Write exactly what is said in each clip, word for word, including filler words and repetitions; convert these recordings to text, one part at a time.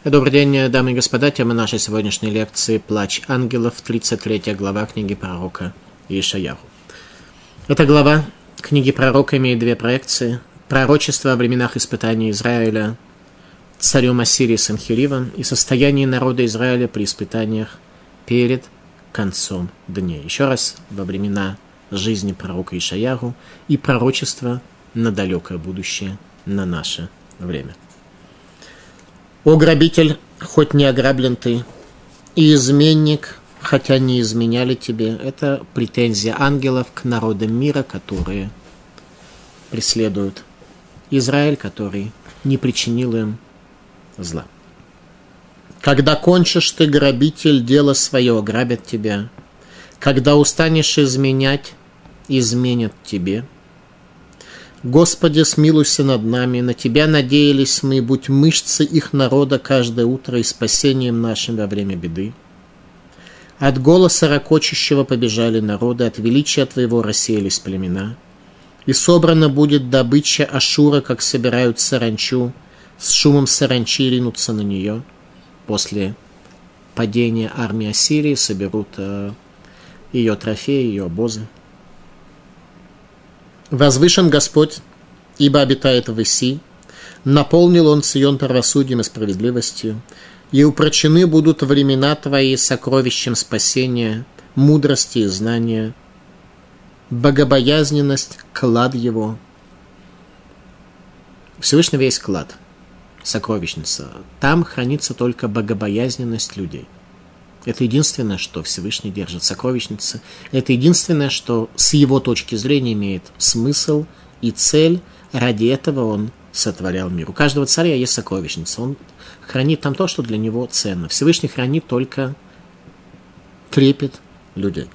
Добрый день, дамы и господа. Тема нашей сегодняшней лекции «Плач ангелов», тридцать третья глава книги пророка Иешаяху. Эта глава книги пророка имеет две проекции. Пророчество о временах испытаний Израиля царем Ассирии Санхеривом и состояние народа Израиля при испытаниях перед концом дней. Еще раз, во времена жизни пророка Иешаяху и пророчество на далекое будущее, на наше время. «О грабитель, хоть не ограблен ты, и изменник, хотя не изменяли тебе». Это претензия ангелов к народам мира, которые преследуют Израиль, который не причинил им зла. «Когда кончишь ты, грабитель, дело свое, грабят тебя. Когда устанешь изменять, изменят тебе. Господи, смилуйся над нами, на Тебя надеялись мы, будь мышцы их народа каждое утро и спасением нашим во время беды. От голоса ракочущего побежали народы, от величия Твоего рассеялись племена. И собрана будет добыча Ашура, как собирают саранчу, с шумом саранчи ринутся на нее. После падения армии Ассирии соберут э, ее трофеи, ее обозы. Возвышен Господь, ибо обитает в Иси, наполнил Он Сион правосудием и справедливостью, и упрочены будут времена Твои сокровищем спасения, мудрости и знания, богобоязненность, клад Его». Всевышний весь клад, сокровищница. Там хранится только богобоязненность людей. Это единственное, что Всевышний держит в сокровищнице. Это единственное, что с его точки зрения имеет смысл и цель. Ради этого он сотворял мир. У каждого царя есть сокровищница. Он хранит там то, что для него ценно. Всевышний хранит только трепет людей.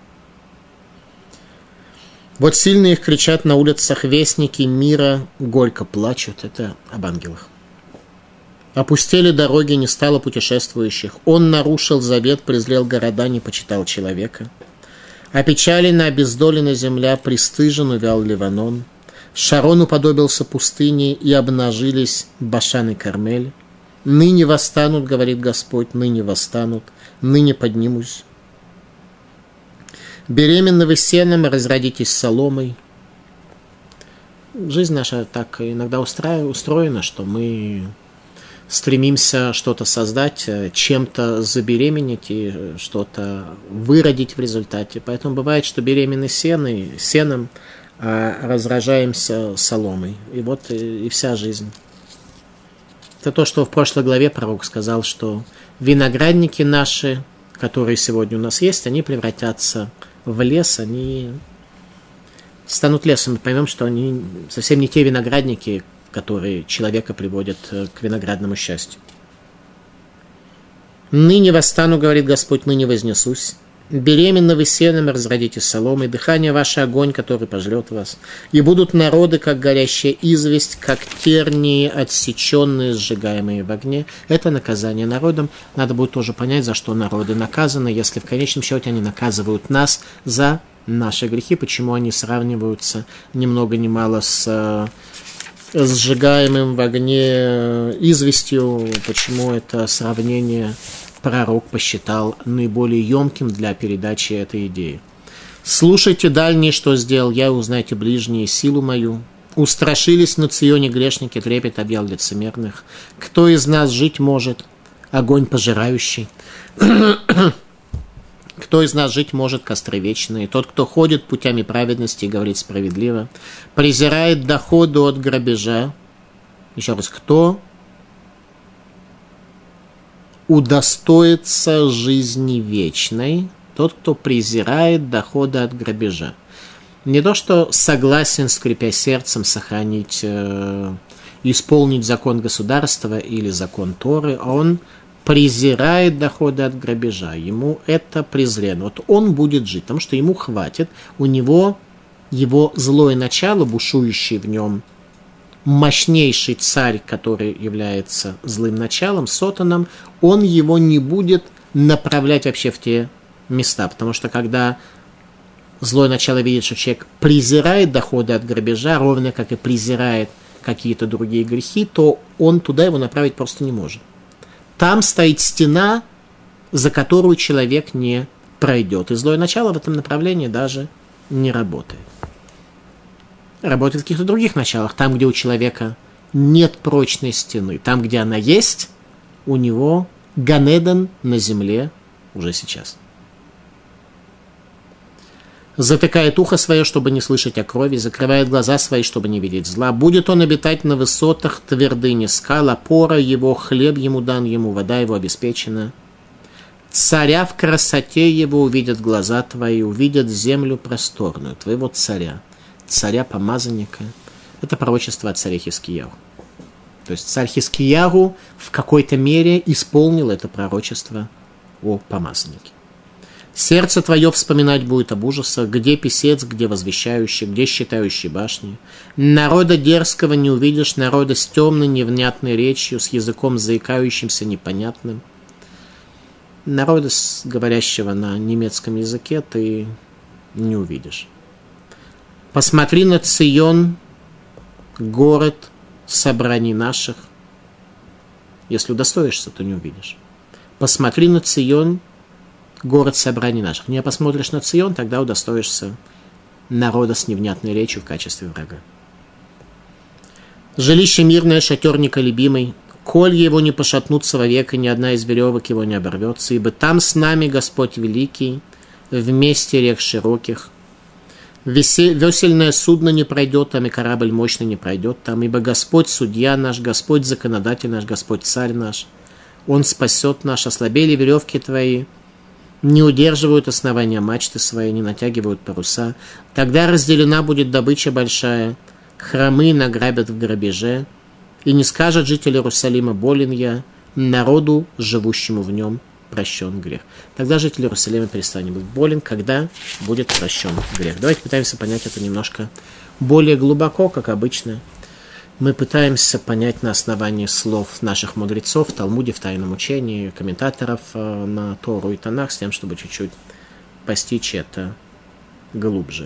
Вот сильные их кричат на улицах, вестники мира горько плачут. Это об ангелах. Опустели дороги, не стало путешествующих. Он нарушил завет, презрел города, не почитал человека. Опечалена, обездолена земля, пристыжен, увял Ливанон. Шарон уподобился пустыне, и обнажились Башан и Кармель. Ныне восстанут, говорит Господь, ныне восстанут, ныне поднимусь. Беременны вы сеном, разродитесь соломой. Жизнь наша так иногда устроена, что мы стремимся что-то создать, чем-то забеременеть и что-то выродить в результате. Поэтому бывает, что беременны сеной, сеном, а разражаемся соломой. И вот и, и вся жизнь. Это то, что в прошлой главе пророк сказал, что виноградники наши, которые сегодня у нас есть, они превратятся в лес, они станут лесом. Мы поймем, что они совсем не те виноградники, которые человека приводят к виноградному счастью. «Ныне восстану, говорит Господь, ныне вознесусь. Беременна вы сеном, разродитесь соломой, дыхание ваше огонь, который пожрет вас. И будут народы, как горящая известь, как тернии, отсеченные, сжигаемые в огне». Это наказание народам. Надо будет тоже понять, за что народы наказаны, если в конечном счете они наказывают нас за наши грехи, почему они сравниваются ни много ни мало с сжигаемым в огне известью, почему это сравнение пророк посчитал наиболее емким для передачи этой идеи. «Слушайте дальние, что сделал я, узнайте ближние силу мою. Устрашились на Ционе грешники, трепет объял лицемерных. Кто из нас жить может, огонь пожирающий? Кто из нас жить может, костры вечные? Тот, кто ходит путями праведности и говорит справедливо, презирает доходу от грабежа». Еще раз, кто удостоится жизни вечной? Тот, кто презирает доходы от грабежа. Не то, что согласен, скрипя сердцем, сохранить, э, исполнить закон государства или закон Торы, а он презирает доходы от грабежа. Ему это презренно. Вот он будет жить, потому что ему хватит. У него его злое начало, бушующее в нем, мощнейший царь, который является злым началом, сотаном, он его не будет направлять вообще в те места. Потому что когда злое начало видит, что человек презирает доходы от грабежа, ровно как и презирает какие-то другие грехи, то он туда его направить просто не может. там стоит стена, за которую человек не пройдет. И злое начало в этом направлении даже не работает. Работает в каких-то других началах. Там, где у человека нет прочной стены. Там, где она есть, у него Ганеден на земле уже сейчас. Затыкает ухо свое, чтобы не слышать о крови, закрывает глаза свои, чтобы не видеть зла. Будет он обитать на высотах твердыни скал, опора его, хлеб ему дан ему, вода его обеспечена. Царя в красоте его увидят глаза твои, увидят землю просторную, твоего царя, царя-помазанника. Это пророчество о царе Хискиягу. То есть царь Хискиягу в какой-то мере исполнил это пророчество о помазаннике. Сердце твое вспоминать будет об ужасах, где писец, где возвещающий, где считающий башни. Народа дерзкого не увидишь, народа с темной, невнятной речью, с языком заикающимся, непонятным. Народа, говорящего на немецком языке, ты не увидишь. Посмотри на Цион, город собраний наших. Если удостоишься, то не увидишь. Посмотри на Цион, город собраний наших. Не посмотришь на Цион, тогда удостоишься народа с невнятной речью в качестве врага. Жилище мирное, шатер неколебимый, колья его не пошатнутся вовек, и ни одна из веревок его не оборвется, ибо там с нами Господь великий, вместе рек широких. Весельное судно не пройдет там, и корабль мощный не пройдет там, ибо Господь судья наш, Господь законодатель наш, Господь царь наш. Он спасет наш, ослабели веревки твои, не удерживают основания мачты свои, не натягивают паруса. Тогда разделена будет добыча большая, храмы награбят в грабеже, и не скажет житель Иерусалима: болен я, народу, живущему в нем, прощен грех. Тогда житель Иерусалима перестанет быть болен, когда будет прощен грех. Давайте пытаемся понять это немножко более глубоко, как обычно. Мы пытаемся понять на основании слов наших мудрецов в Талмуде, в Тайном учении, комментаторов на Тору и Танах, с тем, чтобы чуть-чуть постичь это глубже.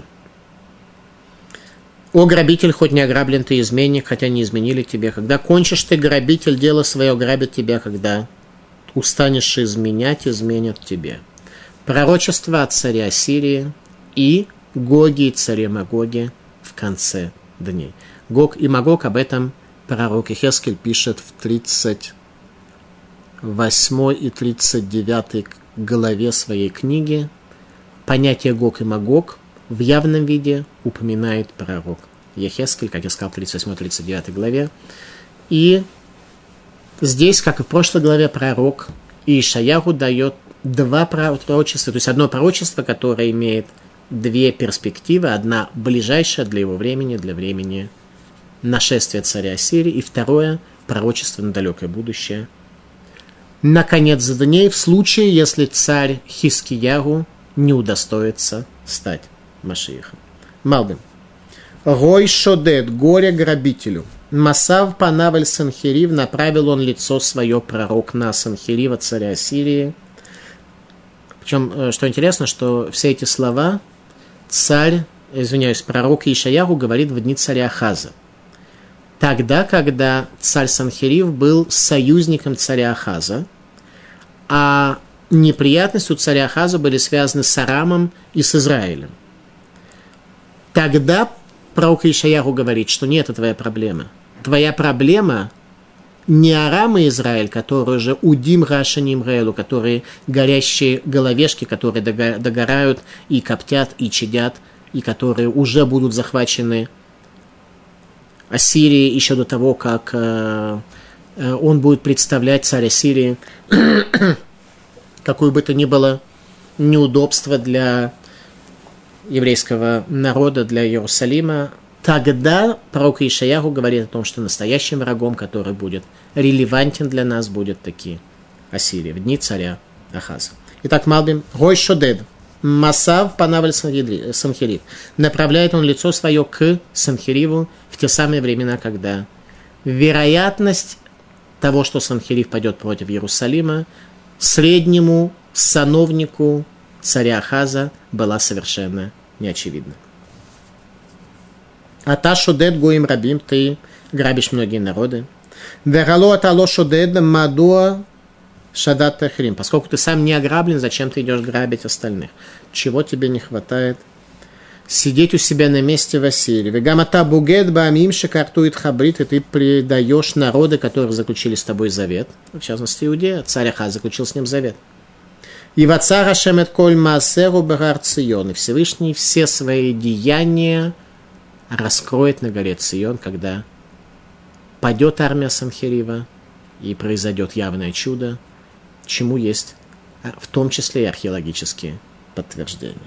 «О, грабитель, хоть не ограблен ты, изменник, хотя не изменили тебе. Когда кончишь ты, грабитель, дело свое грабит тебя, когда устанешь изменять, изменят тебе». Пророчество от царя Сирии и Гоги и царе Магоге в конце дней. Гог и Магог, об этом пророк Ихескель пишет в тридцать восьмой и тридцать девятой главе своей книги. Понятие Гог и Магог в явном виде упоминает пророк Ихескель, как я сказал, в тридцать восьмой и тридцать девятой главе. И здесь, как и в прошлой главе, пророк Ишаяху дает два пророчества, то есть одно пророчество, которое имеет две перспективы. Одна ближайшая для его времени, для времени нашествия царя Ассирии, и второе пророчество на далекое будущее. На конец дней, в случае, если царь Хискиягу не удостоится стать Машиихом. Малбим. Рой шодет, горе грабителю. Масав панавель Санхерив, направил он лицо свое, пророк, на Санхерива, царя Ассирии. Причем, что интересно, что все эти слова царь, извиняюсь, пророк Ишаяху говорит в дни царя Ахаза. Тогда, когда царь Санхерив был союзником царя Ахаза, а неприятности у царя Ахаза были связаны с Арамом и с Израилем. Тогда пророк Ишаяху говорит, что нет, это твоя проблема. Твоя проблема не Арам и Израиль, которые же удим рашаним рейлу, которые горящие головешки, которые догорают и коптят, и чадят, и которые уже будут захвачены Ассирии еще до того, как э, он будет представлять, царь Ассирии, какое бы то ни было неудобство для еврейского народа, для Иерусалима. Тогда пророк Ишаяху говорит о том, что настоящим врагом, который будет релевантен для нас, будет таки Ассирия в дни царя Ахаза. Итак, Малбим, Рой шодед, Масав панавель Санхерив. Направляет он лицо свое к Санхериву в те самые времена, когда вероятность того, что Санхерив пойдет против Иерусалима, среднему сановнику царя Ахаза была совершенно неочевидна. Ата шодед гоим рабим, ты грабишь многие народы. Верало атало шодед мадуа шадат тахрим. Поскольку ты сам не ограблен, зачем ты идешь грабить остальных? Чего тебе не хватает? Сидеть у себя на месте Василия. Вегамата бугет баамим шекартует хабрит, и ты предаешь народы, которые заключили с тобой завет. В частности, Иудея. Царь Ахаз заключил с ним завет. И вацара шемет коль маасеру багар Цион. И Всевышний все свои деяния раскроет на горе Цион, когда падет армия Санхерива, и произойдет явное чудо, чему есть в том числе и археологические подтверждения.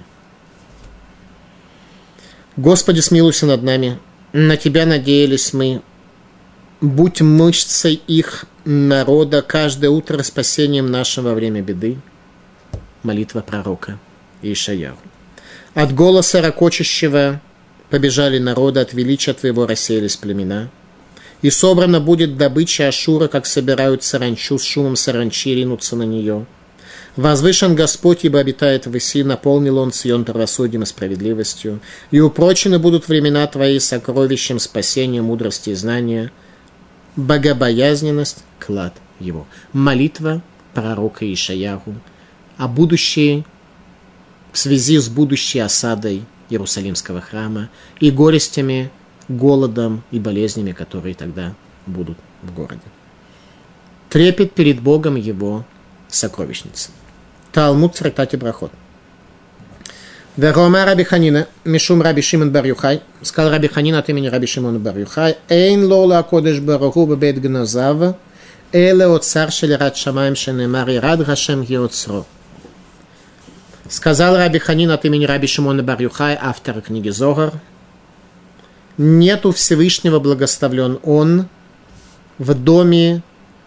Господи, смилуйся над нами, на Тебя надеялись мы, будь мышцей их народа каждое утро спасением нашего во время беды. Молитва пророка Ишаяху. От голоса ракочущего побежали народы, от величия Твоего рассеялись племена. И собрана будет добыча Ашура, как собирают саранчу, с шумом саранчи ринутся на нее. Возвышен Господь, ибо обитает в Иси, наполнил Он Сион правосудием и справедливостью. И упрочены будут времена Твои сокровищем спасения, мудрости и знания. Богобоязненность – клад его. Молитва пророка Ишаяху о будущей, в связи с будущей осадой Иерусалимского храма и горестями, голодом и болезнями, которые тогда будут в городе. Трепет перед Богом его сокровищницы. Талмуд в трактате Брахот. Верома Раби Ханина, Мишум Раби Шимон бар Юхай, сказал Раби Ханина от имени Раби Шимона бар Юхай, Эйн лола кодеш баруху бебет гнозав, эле от цар шелерат шамаем шенемар и рад гашем геоцро. Сказал Раби Ханина от имени Раби Шимона бар Юхай, автора книги Зогар, нету Всевышнего благословлен он в доме,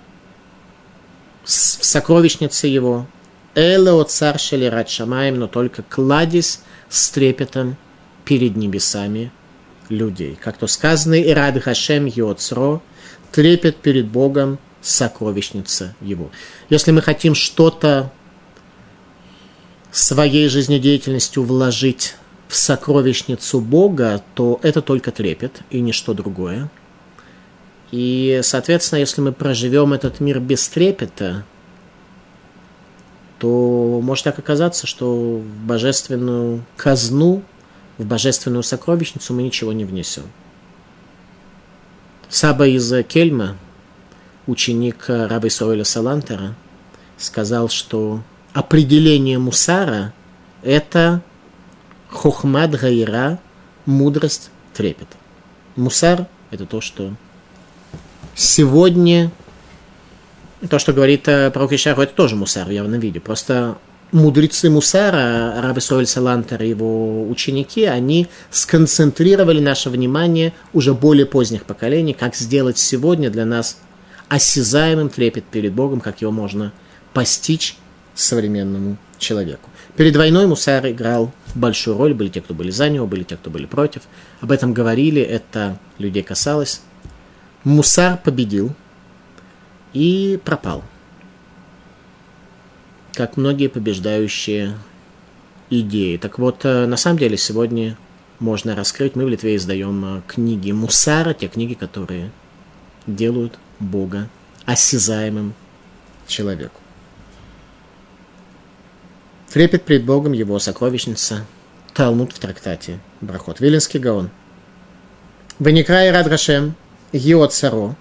в сокровищнице его, элео цар шелерат шамаем, но только кладезь с трепетом перед небесами людей. Как то сказано, и рад гашем йоцро, трепет перед Богом, сокровищница его. Если мы хотим что-то своей жизнедеятельностью вложить в сокровищницу Бога, то это только трепет и ничто другое. И, соответственно, если мы проживем этот мир без трепета, то может так оказаться, что в божественную казну, в божественную сокровищницу мы ничего не внесем. Саба из Кельма, ученик раби Исроэля Салантера, сказал, что определение мусара – это хохмат гаира, мудрость трепета. Мусар – это то, что сегодня, то, что говорит пророк Ишаяху, это тоже мусар в явном виде. Просто мудрецы мусара, раби Исроэль Салантер и его ученики, они сконцентрировали наше внимание уже более поздних поколений, как сделать сегодня для нас осязаемым трепет перед Богом, как его можно постичь современному человеку. Перед войной мусар играл большую роль, были те, кто были за него, были те, кто были против. Об этом говорили, это людей касалось. Мусар победил и пропал. Как многие побеждающие идеи. Так вот, на самом деле, сегодня можно раскрыть, мы в Литве издаем книги мусара, те книги, которые делают Бога осязаемым человеку. Трепет пред Богом его сокровищница. Талмуд в трактате Брахот. Виленский Гаон. Веникра и рад Гашем Гиот Саро.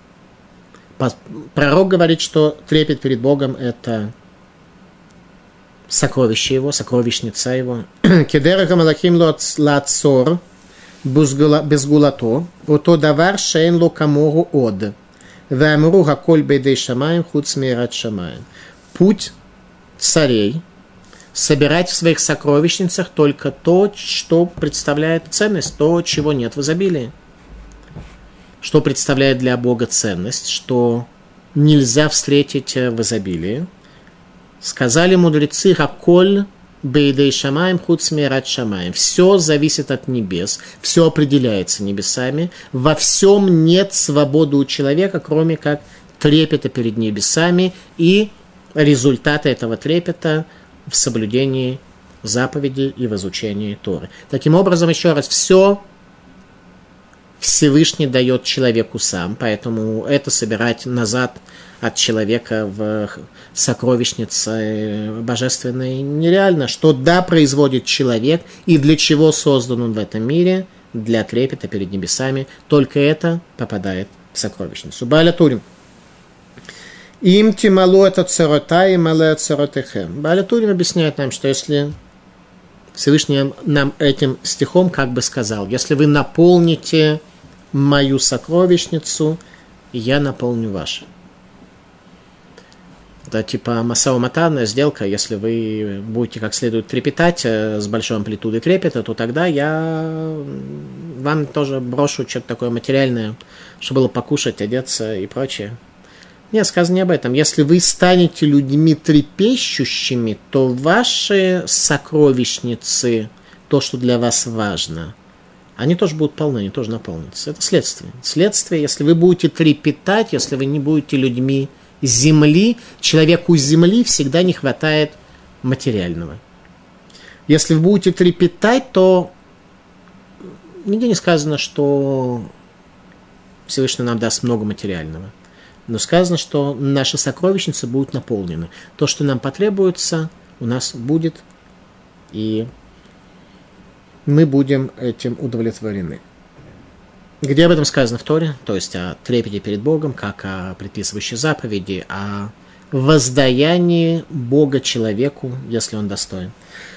Пророк говорит, что трепет перед Богом – это сокровище его, сокровищница его. Кедерах малахим лацор безгулато, ото давар шейн ло камору од. Вамру гаколь бейдей шамаем худ смират шамаем. Путь царей – собирать в своих сокровищницах только то, что представляет ценность, то, чего нет в изобилии. Что представляет для Бога ценность, что нельзя встретить в изобилии. Сказали мудрецы, «Хаколь бейдей шамаем худ смират шамаем». Все зависит от небес, все определяется небесами. Во всем нет свободы у человека, кроме как трепета перед небесами и результата этого трепета в соблюдении заповедей и в изучении Торы. Таким образом, еще раз, все, Всевышний дает человеку сам, поэтому это собирать назад от человека в сокровищнице божественной нереально. Что да, производит человек, и для чего создан он в этом мире, для трепета перед небесами, только это попадает в сокровищницу. Бааля Турим. Им тималу это царота и мале царотехем. Бааля Турим объясняет нам, что если Всевышний нам этим стихом как бы сказал, если вы наполните мою сокровищницу, я наполню вашу. Это типа масао-матанная сделка, если вы будете как следует трепетать с большой амплитудой трепета, то тогда я вам тоже брошу что-то такое материальное, чтобы было покушать, одеться и прочее. Нет, сказано не об этом. Если вы станете людьми трепещущими, то ваши сокровищницы, то, что для вас важно, они тоже будут полны, они тоже наполнятся. Это следствие. Следствие, если вы будете трепетать, если вы не будете людьми земли, человеку земли всегда не хватает материального. Если вы будете трепетать, то нигде не сказано, что Всевышний нам даст много материального. Но сказано, что наши сокровищницы будут наполнены. То, что нам потребуется, у нас будет, и мы будем этим удовлетворены. Где об этом сказано в Торе? То есть о трепете перед Богом, как о предписывающей заповеди, о воздаянии Бога человеку, если он достоин.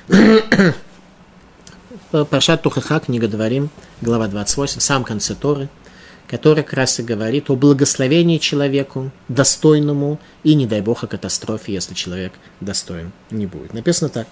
Паршат Тухаха, книга Дворим, глава двадцать восемь, в самом конце Торы, который как раз и говорит о благословении человеку, достойному, и, не дай Бог, о катастрофе, если человек достоин не будет. Написано так.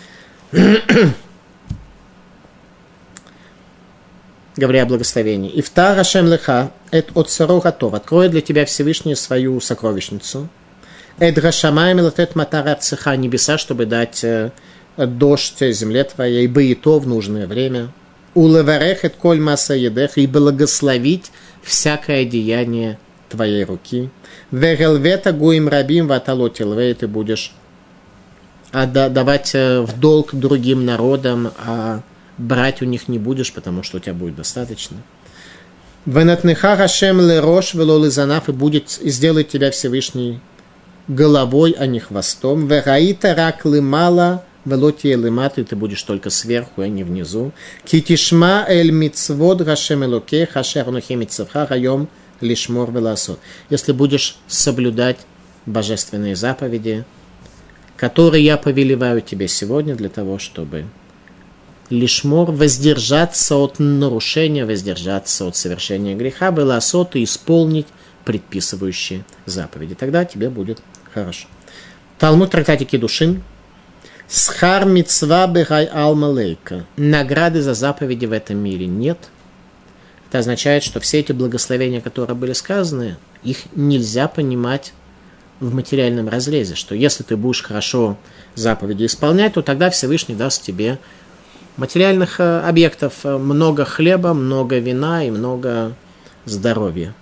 Говоря о благословении. «Ифтар Ашем леха, эт от царо готов, откроет для тебя Всевышний свою сокровищницу. Эт гашамаем латет матара цеха, небеса, чтобы дать э, дождь земле твоей, быито в нужное время. Улеварех эт коль маса едех, и благословить всякое деяние твоей руки. Вегелвета гуим рабим ваталотилвей, ты будешь давать в долг другим народам, а брать у них не будешь, потому что у тебя будет достаточно. Венатнеха Хашем лерош вело лизанав, и будет сделать тебя Всевышний головой, а не хвостом. Вегаита рак лимала велотие лимат, и ты будешь только сверху, а не внизу. Китишма эль мицвод Хашем элоке хашер нухи мицвха хайом лишмор веласот. Если будешь соблюдать божественные заповеди, которые я повелеваю тебе сегодня для того, чтобы лишмор, воздержаться от нарушения, воздержаться от совершения греха, было асот и исполнить предписывающие заповеди. Тогда тебе будет хорошо. Талмуд в трактате Кидушин. Схар мицва бехай алмалейка. Награды за заповеди в этом мире нет. Это означает, что все эти благословения, которые были сказаны, их нельзя понимать в материальном разрезе. Что если ты будешь хорошо заповеди исполнять, то тогда Всевышний даст тебе материальных объектов, много хлеба, много вина и много здоровья.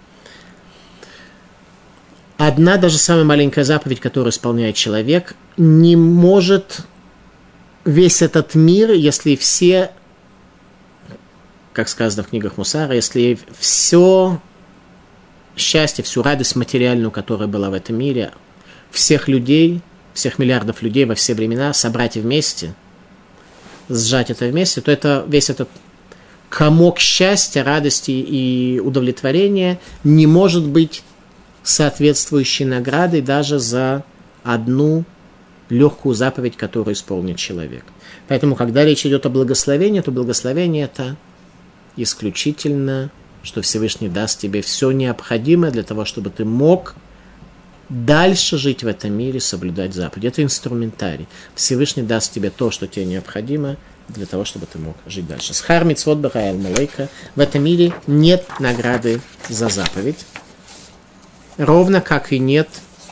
Одна даже самая маленькая заповедь, которую исполняет человек, не может весь этот мир, если все, как сказано в книгах Мусара, если все счастье, всю радость материальную, которая была в этом мире, всех людей, всех миллиардов людей во все времена собрать вместе, сжать это вместе, то это весь этот комок счастья, радости и удовлетворения не может быть соответствующей наградой даже за одну легкую заповедь, которую исполнит человек. Поэтому, когда речь идет о благословении, то благословение это исключительно, что Всевышний даст тебе все необходимое для того, чтобы ты мог дальше жить в этом мире, соблюдать заповеди. Это инструментарий. Всевышний даст тебе то, что тебе необходимо для того, чтобы ты мог жить дальше. Схар мицвот бехай алмалейка. В этом мире нет награды за заповедь. Ровно как и нет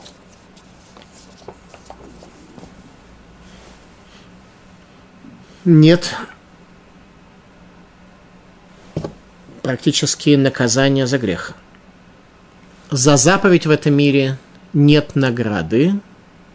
нет практически наказания за грех. За заповедь в этом мире нет награды,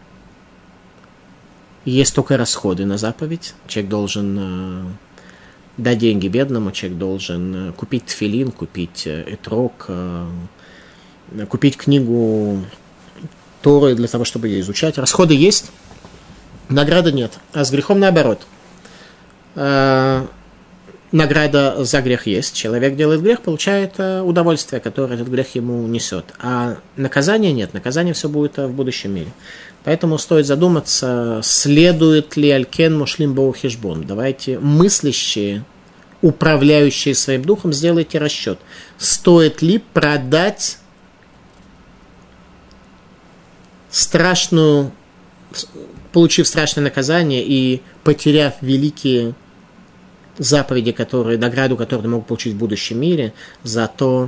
есть только расходы на заповедь. Человек должен дать деньги бедному, человек должен купить тфилин, купить этрог, купить книгу Торы для того, чтобы ее изучать. Расходы есть, награды нет. А с грехом наоборот. Награда за грех есть. Человек делает грех, получает удовольствие, которое этот грех ему несет. А наказания нет. Наказание все будет в будущем мире. Поэтому стоит задуматься, следует ли Алькен Мушлим Боу Хешбон. Давайте мыслящие, управляющие своим духом, сделайте расчет. Стоит ли продать страшную, получив страшное наказание и потеряв великие заповеди, которые, награду, которую ты мог получить в будущем мире, за, то,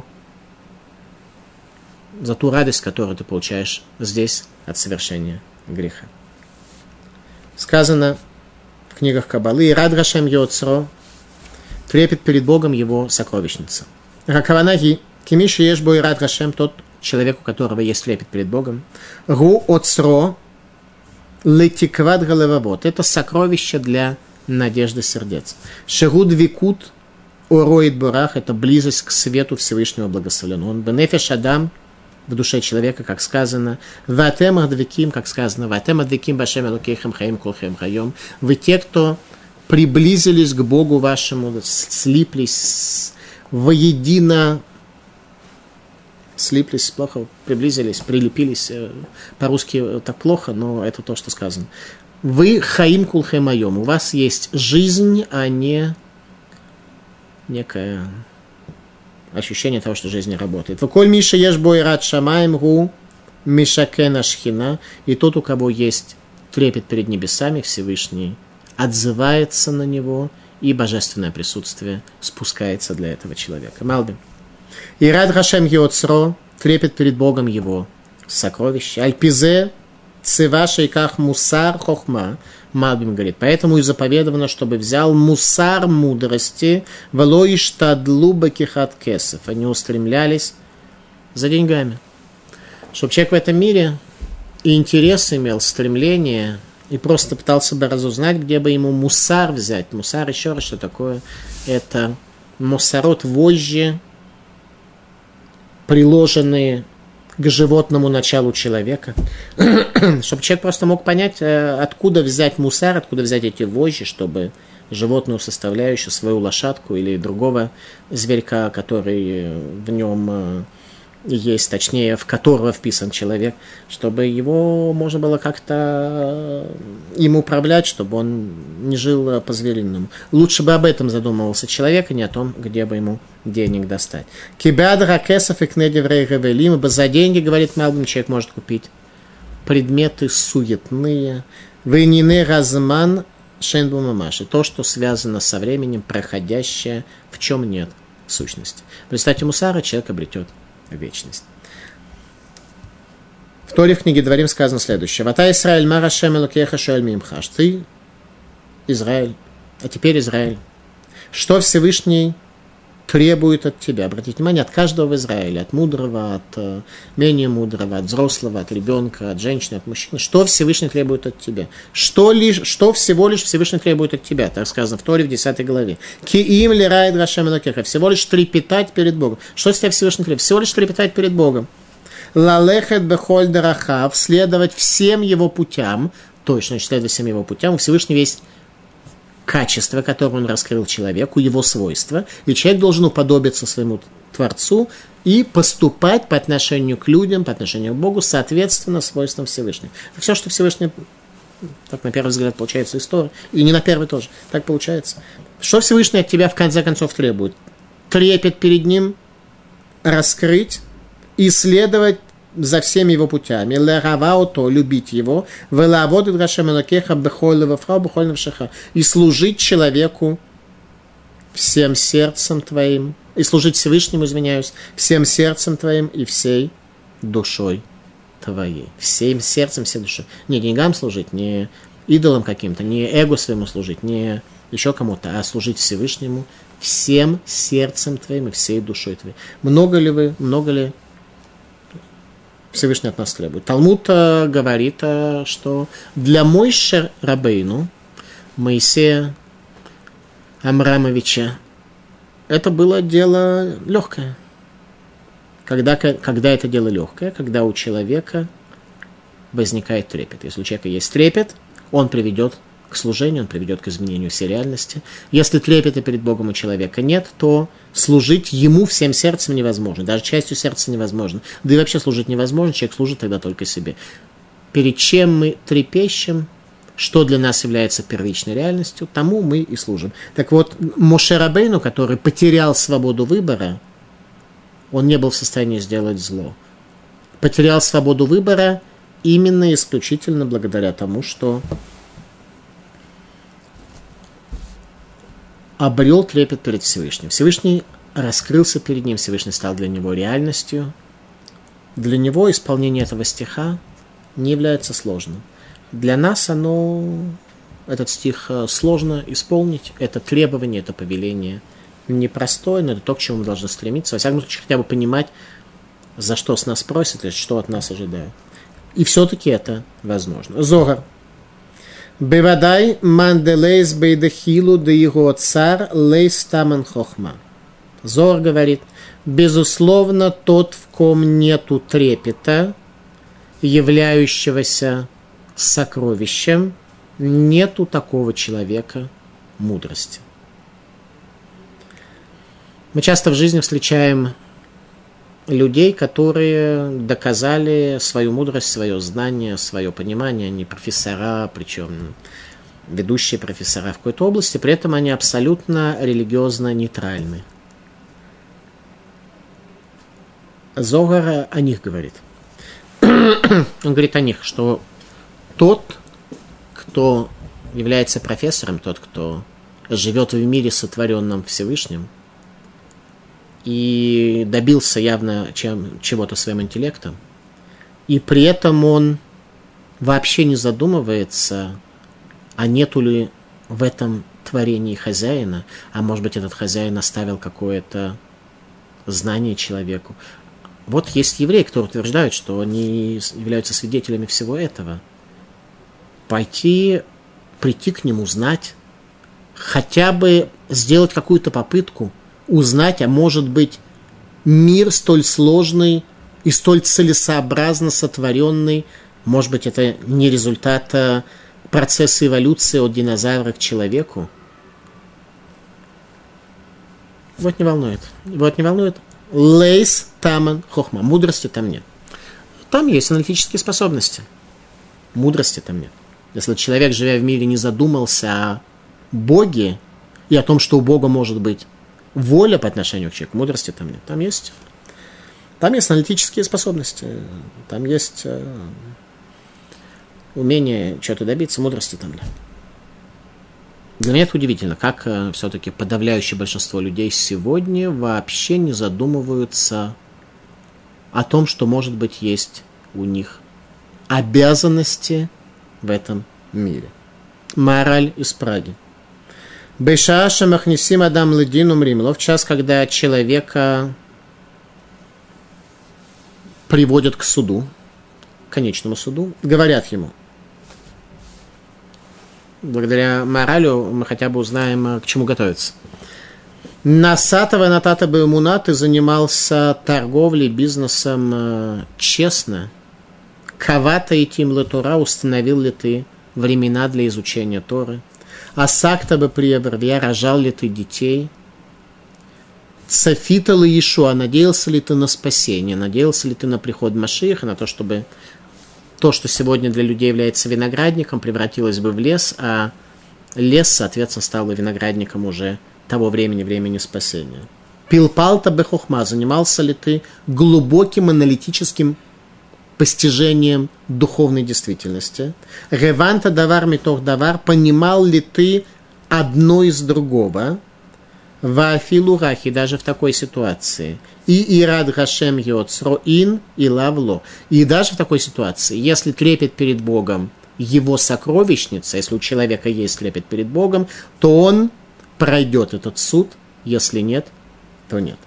за ту радость, которую ты получаешь здесь от совершения греха. Сказано в книгах Каббалы: «Рад Рашем Йоцро», трепет перед Богом его сокровищница. Ракаванаги, кимиши еш бой рад Рашем, тот человек, у которого есть трепет перед Богом. Ру оцро летиквад галевавот, это сокровище для надежды сердец. Шеруд викут ороид бурах, это близость к свету Всевышнего благословенного. Он бенефеш адам, в душе человека, как сказано, ватем адвиким, как сказано, ватем адвиким башем элокейхем хаим колхем хайом. Вы те, кто приблизились к Богу вашему, слиплись воедино, слиплись, плохо, приблизились, прилепились, по-русски так плохо, но это то, что сказано. Вы хаим кулхем айом, у вас есть жизнь, а не некое ощущение того, что жизнь не работает. Ваколь миша еш бой рад шамаем гу мишакен ашхина, и тот, у кого есть трепет перед небесами, Всевышний отзывается на него, и божественное присутствие спускается для этого человека. Малбим. И рад Хашем Йоцро, трепет перед Богом его сокровище. Альпизе цева шейках мусар хохма. Малбим говорит, поэтому и заповедовано, чтобы взял мусар мудрости, велоиш тадлу бакихат кесов. Они устремлялись за деньгами. Чтобы человек в этом мире и интерес имел, стремление, и просто пытался бы разузнать, где бы ему мусар взять. Мусар, еще раз, что такое? Это мусарот, вожжи, приложенные к животному началу человека. Чтобы человек просто мог понять, откуда взять мусар, откуда взять эти вожжи, чтобы животную составляющую, свою лошадку или другого зверька, который в нем есть, точнее, в которого вписан человек, чтобы его можно было как-то им управлять, чтобы он не жил по-звериному. Лучше бы об этом задумывался человек, а не о том, где бы ему денег достать. Кибяд ракесов и кнедеврей гавелим, ибо за деньги, говорит Малбим, человек может купить предметы суетные, вейнине разман шенбу мамаши, то, что связано со временем, проходящее, в чем нет сущности. В результате мусара человек обретет вечность. В Торе в книге Дворим сказано следующее. Вата Исраэль мара шем элокеха шоэль мимхаш. Ты, Израиль, а теперь Израиль. Что Всевышний требует от тебя? Обратите внимание, от каждого в Израиле, от мудрого, от uh, менее мудрого, от взрослого, от ребенка, от женщины, от мужчины. Что Всевышний требует от тебя? Что, лишь, что всего лишь Всевышний требует от тебя? Так сказано в Торе в десятой главе. Ки им ли райд рашем элокеха. Всего лишь трепетать перед Богом. Что с тебя Всевышний требует? Всего лишь трепетать перед Богом. Лалехет бехоль дарахав. Следовать всем его путям. Точно, значит, следовать всем его путям. У Всевышнего есть качество, которое он раскрыл человеку, его свойства, и человек должен уподобиться своему Творцу и поступать по отношению к людям, по отношению к Богу, соответственно свойствам Всевышнего. Все, что Всевышний, так на первый взгляд получается история, и не на первый тоже, так получается. Что Всевышний от тебя в конце концов требует? Трепет перед ним, раскрыть, исследовать за всеми его путями, лераваото, любить его, велаводит рашем элокеха бехоль левафра бехоль навшаха, и служить человеку всем сердцем твоим, и служить Всевышнему, извиняюсь, всем сердцем твоим и всей душой твоей. Всем сердцем, всей душой. Не деньгам служить, не идолам каким-то, не эго своему служить, не еще кому-то, а служить Всевышнему всем сердцем твоим и всей душой твоей. Много ли вы, много ли Всевышний от нас требует? Талмуд говорит, что для Мойше Рабейну, Моисея, Амрамовича, это было дело легкое. Когда, когда это дело легкое, когда у человека возникает трепет. Если у человека есть трепет, он приведет к служению, он приведет к изменению всей реальности. Если трепета перед Богом у человека нет, то служить ему всем сердцем невозможно. Даже частью сердца невозможно. Да и вообще служить невозможно, человек служит тогда только себе. Перед чем мы трепещем, что для нас является первичной реальностью, тому мы и служим. Так вот, Моше Рабейну, который потерял свободу выбора, он не был в состоянии сделать зло. Потерял свободу выбора именно исключительно благодаря тому, что обрел трепет перед Всевышним. Всевышний раскрылся перед ним, Всевышний стал для него реальностью. Для него исполнение этого стиха не является сложным. Для нас оно, этот стих сложно исполнить, это требование, это повеление непростое, но это то, к чему мы должны стремиться. Во всяком случае, хотя бы понимать, за что с нас просят и что от нас ожидают. И все-таки это возможно. Зогар. Бевадай манделейс бейдехилу де его цар лейс таман хохма. Зогар говорит, безусловно, тот, в ком нету трепета, являющегося сокровищем, нету такого человека мудрости. Мы часто в жизни встречаем людей, которые доказали свою мудрость, свое знание, свое понимание. Они профессора, причем ведущие профессора в какой-то области, при этом они абсолютно религиозно нейтральны. Зогар о них говорит. Он говорит о них, что тот, кто является профессором, тот, кто живет в мире, сотворенном Всевышним, и добился явно чем, чего-то своим интеллектом, и при этом он вообще не задумывается, а нету ли в этом творении хозяина, а может быть этот хозяин оставил какое-то знание человеку. Вот есть евреи, которые утверждают, что они являются свидетелями всего этого. Пойти, прийти к нему, узнать, хотя бы сделать какую-то попытку, узнать, а может быть, мир столь сложный и столь целесообразно сотворенный, может быть, это не результат процесса эволюции от динозавра к человеку. Вот не волнует. Вот не волнует. Лейс таман хохма. Мудрости там нет. Там есть аналитические способности. Мудрости там нет. Если человек, живя в мире, не задумался о Боге и о том, что у Бога может быть воля по отношению к человеку, мудрости там нет. Там есть, там есть аналитические способности, там есть э, умение чего-то добиться, мудрости там нет. Для меня это удивительно, как э, все-таки подавляющее большинство людей сегодня вообще не задумываются о том, что, может быть, есть у них обязанности в этом мире. Мораль из Праги. Бешааша махнисим адам ледин умримло. В час, когда человека приводят к суду, к конечному суду, говорят ему. Благодаря моралю мы хотя бы узнаем, к чему готовиться. Насатова натата бэмуна, ты занимался торговлей, бизнесом честно. Кавата и тим летура, установил ли ты времена для изучения Торы? Асакта бы приебрвя, рожал ли ты детей? Цафита ли Иешуа, надеялся ли ты на спасение? Надеялся ли ты на приход Машиаха, на то, чтобы то, что сегодня для людей является виноградником, превратилось бы в лес, а лес, соответственно, стал бы виноградником уже того времени, времени спасения? Пилпалта бехохма, занимался ли ты глубоким аналитическим постижением духовной действительности? Реванта давар митох давар, понимал ли ты одно из другого? Ваафилу рахи, даже в такой ситуации. И ирад гашем йоцро ин и лавло. И даже в такой ситуации, если трепет перед Богом его сокровищница, если у человека есть трепет перед Богом, то он пройдет этот суд, если нет, то нет.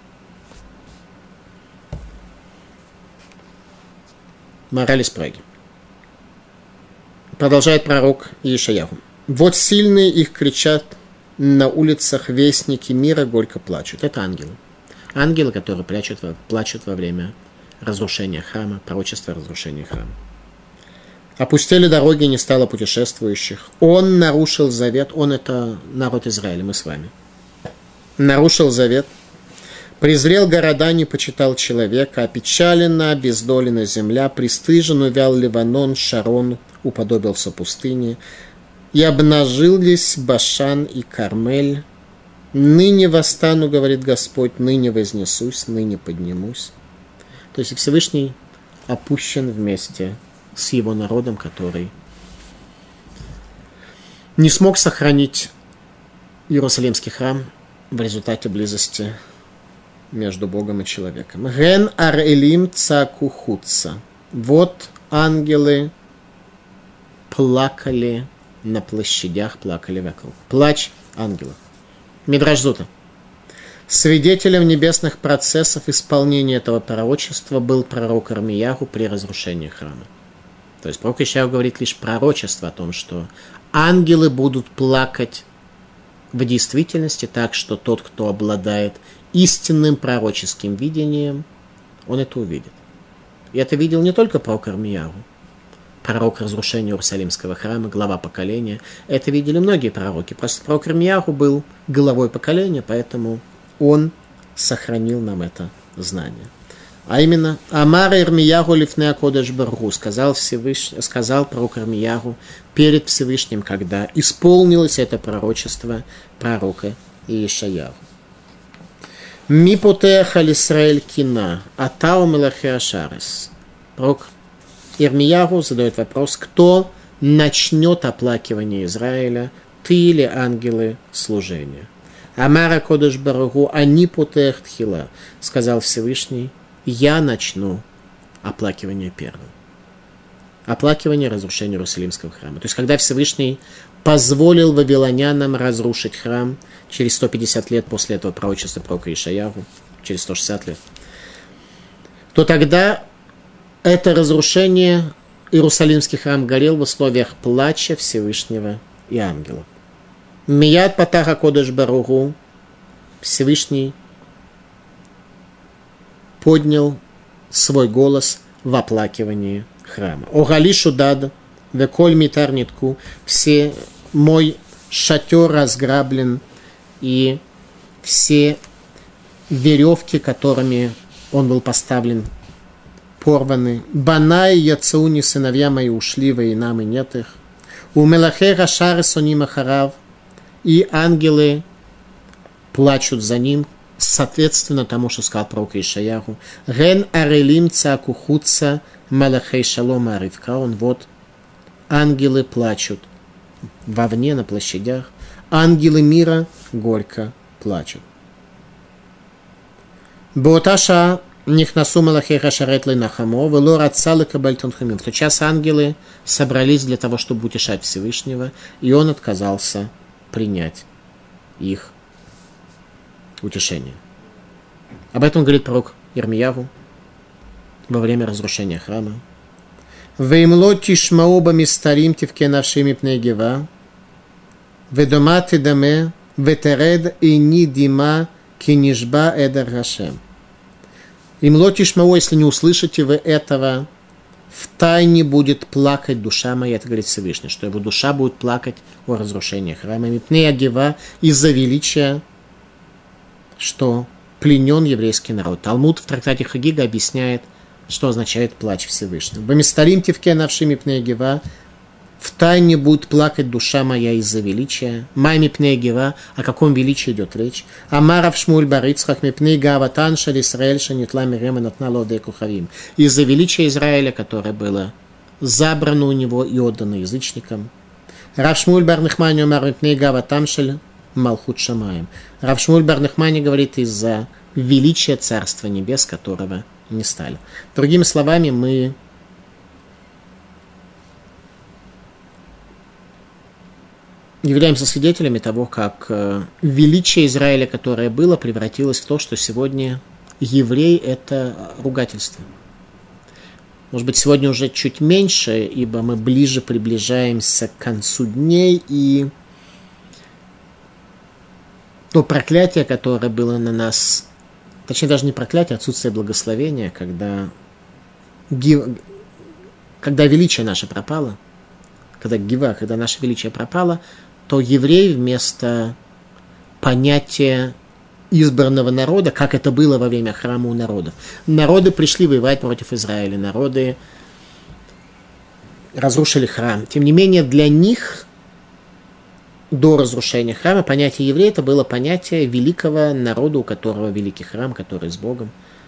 Мораль из Праги. Продолжает пророк Иешаяху. Вот сильные их кричат на улицах вестники мира горько плачут. Это ангелы. Ангелы, которые плачут, плачут во время разрушения храма, пророчества разрушения храма. Опустели дороги, не стало путешествующих. Он нарушил завет. Он — это народ Израиля, мы с вами. Нарушил завет. Презрел города, не почитал человека. Опечалена, обездолена земля. Пристыжен увял Ливанон, Шарон уподобился пустыне. И обнажились Башан и Кармель. Ныне восстану, говорит Господь, ныне вознесусь, ныне поднимусь. То есть Всевышний опущен вместе с его народом, который не смог сохранить Иерусалимский храм в результате близости между Богом и человеком. Ген ар-элим цакухутца. Вот ангелы плакали на площадях, плакали вокруг. Плач ангелов. Мидраш Зута. Свидетелем небесных процессов исполнения этого пророчества был пророк Ирмияху при разрушении храма. То есть пророк Ишаяху говорит лишь пророчество о том, что ангелы будут плакать в действительности так, что тот, кто обладает истинным пророческим видением, он это увидит. И это видел не только пророк Ирмияху, пророк разрушения Иерусалимского храма, глава поколения. Это видели многие пророки. Просто пророк Ирмияху был главой поколения, поэтому он сохранил нам это знание. А именно, Амар Ирмияху лифней кодеш баргу, сказал, Всевышний, сказал пророк Ирмияху перед Всевышним, когда исполнилось это пророчество пророка Иешаяху. Ми потех аль Исраэль кина, атау мелахи ашарес. Пророк Ирмияху задает вопрос, кто начнет оплакивание Израиля, ты или ангелы служения? Амара кодеш баргу, ани потех тхила, сказал Всевышний, я начну оплакивание первым. Оплакивание разрушения Иерусалимского храма. То есть, когда Всевышний позволил вавилонянам разрушить храм через сто пятьдесят лет после этого пророчества пророка Иешаяху, через сто шестьдесят лет, то тогда это разрушение, Иерусалимский храм горел в условиях плача Всевышнего и ангелов. Мияд патаха кодеш баругу, Всевышний поднял свой голос в оплакивании храма. Огали шудад, веколь митар нитку, все, мой шатер разграблен, и все веревки, которыми он был поставлен, порваны. Банай яцауни, сыновья мои ушли, воинам и нет их. У мелахей рашары соним ахарав, и ангелы плачут за ним, соответственно тому, что сказал пророк Иешаяху. Ген арелим цакухутца малахей шалома аривкаун. Вот ангелы плачут вовне, на площадях. Ангелы мира горько плачут. Бооташа нихнасу малахей хашарет лейнахамо, вело рацалы кабаль тонхамим. В тот час ангелы собрались для того, чтобы утешать Всевышнего, и он отказался принять их утешение. Об этом говорит пророк Ирмияху во время разрушения храма. «Веймло тишмао бамистарим тивке навшими пней гева, ведома тедаме, ветеред и ни дима кинишба эдер гашем». «Имло тишмао, если не услышите вы этого, в тайне будет плакать душа моя», это говорит Всевышний, что его душа будет плакать о разрушении храма. «Мипней гева» из-за величия, что пленен еврейский народ. Талмуд в трактате Хагига объясняет, что означает плач Всевышнего. «Бамистарим тивке навшими пней гева», в тайне будет плакать душа моя из-за величия. «Май пней гева», о каком величии идет речь? «Амарав шмуль барицхах мипней гаватан шаль Исраэль шанитла мирема натна лодей кухавим», из-за величия Израиля, которое было забрано у него и отдано язычникам. «Рав шмуль бар Нехмани омар мипней гаватан шаль Малхут Шамаем». Рав Шмуль бар Нехмани говорит из-за величия Царства Небес, которого не стали. Другими словами, мы являемся свидетелями того, как величие Израиля, которое было, превратилось в то, что сегодня еврей – это ругательство. Может быть, сегодня уже чуть меньше, ибо мы ближе приближаемся к концу дней, и то проклятие, которое было на нас, точнее даже не проклятие, а отсутствие благословения, когда, когда величие наше пропало, когда гива, когда наше величие пропало, то еврей вместо понятия избранного народа, как это было во время храма у народов. Народы пришли воевать против Израиля, народы разрушили храм. Тем не менее, для них до разрушения храма понятие еврея это было понятие великого народа, у которого великий храм, который с Богом.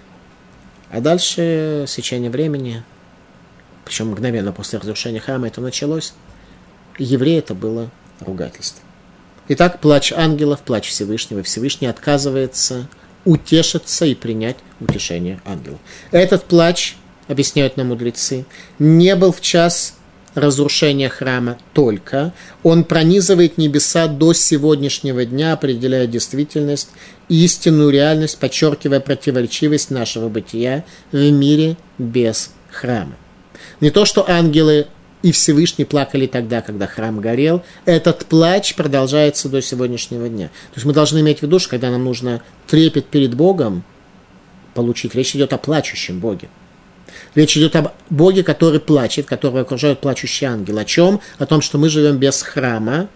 А дальше, с течением времени, причем мгновенно после разрушения храма это началось, евреи это было ругательство. Итак, плач ангелов, плач Всевышнего. Всевышний отказывается утешиться и принять утешение ангелов. Этот плач, объясняют нам мудрецы, не был в час разрушения храма только. Он пронизывает небеса до сегодняшнего дня, определяя действительность, истинную реальность, подчеркивая противоречивость нашего бытия в мире без храма. Не то, что ангелы и Всевышний плакали тогда, когда храм горел. Этот плач продолжается до сегодняшнего дня. То есть мы должны иметь в виду, что когда нам нужно трепет перед Богом получить, речь идет о плачущем Боге. Речь идет об Боге, который плачет, которого окружают плачущие ангелы. О чем? О том, что мы живем без храма,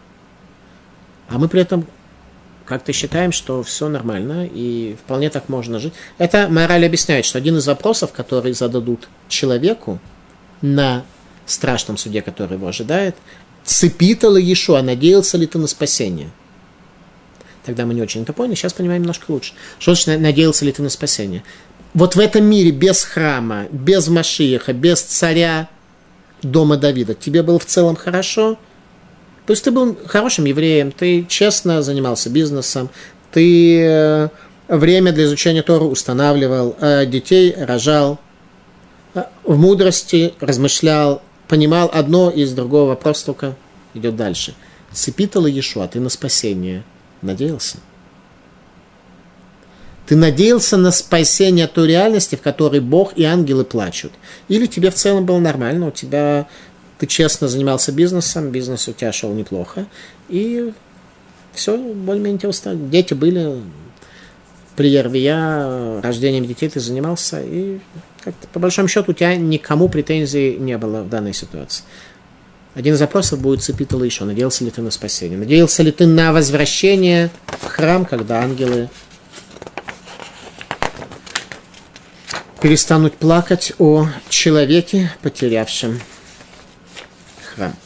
а мы при этом как-то считаем, что все нормально и вполне так можно жить. Это Маораль объясняет, что один из вопросов, которые зададут человеку на страшном суде, который его ожидает, цепито ли Иешуа, надеялся ли ты на спасение? Тогда мы не очень это поняли, сейчас понимаем немножко лучше. Что значит, надеялся ли ты на спасение? Вот в этом мире без храма, без Машиаха, без царя дома Давида, тебе было в целом хорошо? То есть ты был хорошим евреем, ты честно занимался бизнесом, ты э, время для изучения Торы устанавливал, э, детей рожал, э, в мудрости размышлял, понимал одно из другого, вопрос только идет дальше. Цепито ли Иешуа, ты на спасение надеялся? Ты надеялся на спасение той реальности, в которой Бог и ангелы плачут? Или тебе в целом было нормально, у тебя, ты честно занимался бизнесом, бизнес у тебя шел неплохо, и все, более-менее тебя устали. Дети были, при Ярвия, рождением детей ты занимался, и как-то, по большому счету, у тебя никому претензий не было в данной ситуации. Один из вопросов будет цепито ли еще. Надеялся ли ты на спасение? Надеялся ли ты на возвращение в храм, когда ангелы перестанут плакать о человеке, потерявшем храм?